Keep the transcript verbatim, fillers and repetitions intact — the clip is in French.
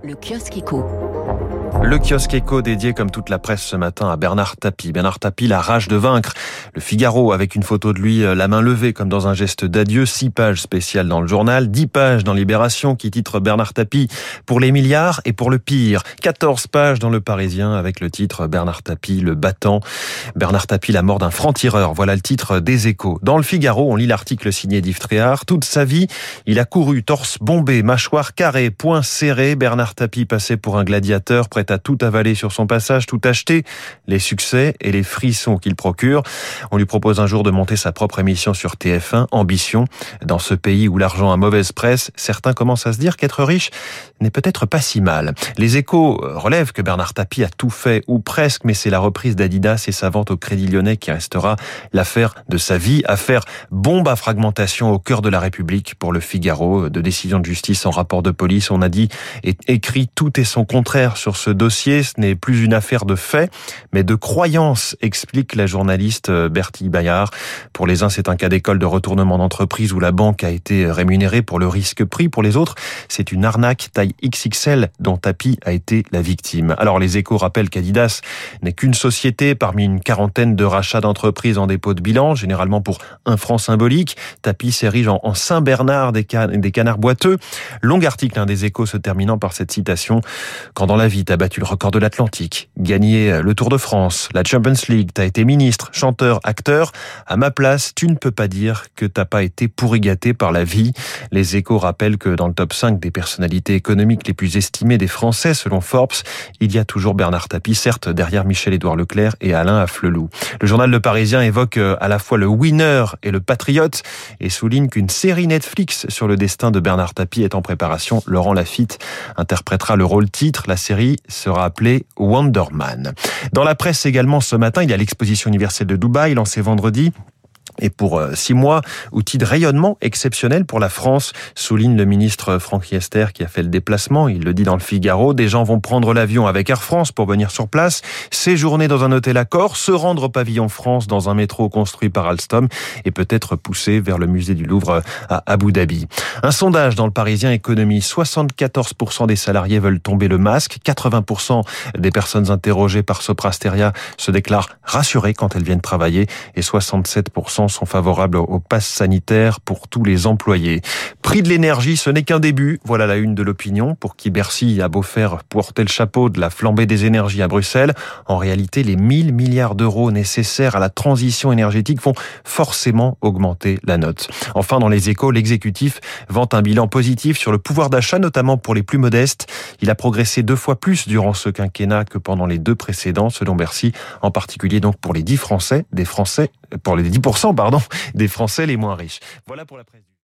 Le kiosque éco. Le kiosque éco dédié comme toute la presse ce matin à Bernard Tapie. Bernard Tapie, la rage de vaincre. Le Figaro avec une photo de lui, la main levée comme dans un geste d'adieu. Six pages spéciales dans le journal, dix pages dans Libération qui titre Bernard Tapie pour les milliards et pour le pire. quatorze pages dans Le Parisien avec le titre Bernard Tapie, le battant. Bernard Tapie, la mort d'un franc-tireur. Voilà le titre des Échos. Dans le Figaro, on lit l'article signé d'Yves Tréhard. Toute sa vie, il a couru torse bombé, mâchoire carrée, poings serrés. Bernard Tapie passait pour un gladiateur prêt à tout avaler sur son passage, tout acheter, les succès et les frissons qu'il procure. On lui propose un jour de monter sa propre émission sur T F un, Ambition. Dans ce pays où l'argent a mauvaise presse, certains commencent à se dire qu'être riche n'est peut-être pas si mal. Les Échos relèvent que Bernard Tapie a tout fait, ou presque, mais c'est la reprise d'Adidas et sa vente au Crédit Lyonnais qui restera l'affaire de sa vie. Affaire bombe à fragmentation au cœur de la République pour le Figaro. De décision de justice en rapport de police, on a dit et écrit tout et son contraire sur ce dossier. Ce n'est plus une affaire de fait, mais de croyance, explique la journaliste Bertille Bayard. Pour les uns, c'est un cas d'école de retournement d'entreprise où la banque a été rémunérée pour le risque pris. Pour les autres, c'est une arnaque taille X X L dont Tapie a été la victime. Alors les Échos rappellent qu'Adidas n'est qu'une société parmi une quarantaine de rachats d'entreprises en dépôt de bilan, généralement pour un franc symbolique. Tapie s'érige en, en Saint-Bernard des, can- des canards boiteux. Long article hein, des Échos se terminant par cette citation. Quand dans la vie t'as battu le record de l'Atlantique, gagné le Tour de France, la Champions League, t'as été ministre, chanteur, acteur, à ma place, tu ne peux pas dire que t'as pas été pourri gâté par la vie. Les Échos rappellent que dans le top cinq des personnalités économiques les plus estimées des Français, selon Forbes, il y a toujours Bernard Tapie, certes derrière Michel-Édouard Leclerc et Alain Afflelou. Le journal Le Parisien évoque à la fois le winner et le patriote et souligne qu'une série Netflix sur le destin de Bernard Tapie est en préparation. Laurent Lafitte interprétera le rôle titre. La série sera appelée Wonder Man. Dans la presse également ce matin, il y a l'exposition universelle de Dubaï lancée vendredi. Et pour six mois, outil de rayonnement exceptionnel pour la France, souligne le ministre Franck Riester qui a fait le déplacement. Il le dit dans le Figaro, des gens vont prendre l'avion avec Air France pour venir sur place, séjourner dans un hôtel Accor, se rendre au pavillon France dans un métro construit par Alstom et peut-être pousser vers le musée du Louvre à Abu Dhabi. Un sondage dans le Parisien Économie, soixante-quatorze pour cent des salariés veulent tomber le masque, quatre-vingts pour cent des personnes interrogées par Soprasteria se déclarent rassurées quand elles viennent travailler et soixante-sept pour cent sont favorables au pass sanitaire pour tous les employés. Prix de l'énergie, ce n'est qu'un début. Voilà la une de l'opinion. Pour qui Bercy a beau faire porter le chapeau de la flambée des énergies à Bruxelles, en réalité, les mille milliards d'euros nécessaires à la transition énergétique vont forcément augmenter la note. Enfin, dans les Échos, l'exécutif vante un bilan positif sur le pouvoir d'achat, notamment pour les plus modestes. Il a progressé deux fois plus durant ce quinquennat que pendant les deux précédents, selon Bercy, en particulier donc pour les dix Français, des Français, pour les dix pour cent, pardon, des Français les moins riches. Voilà pour la presse.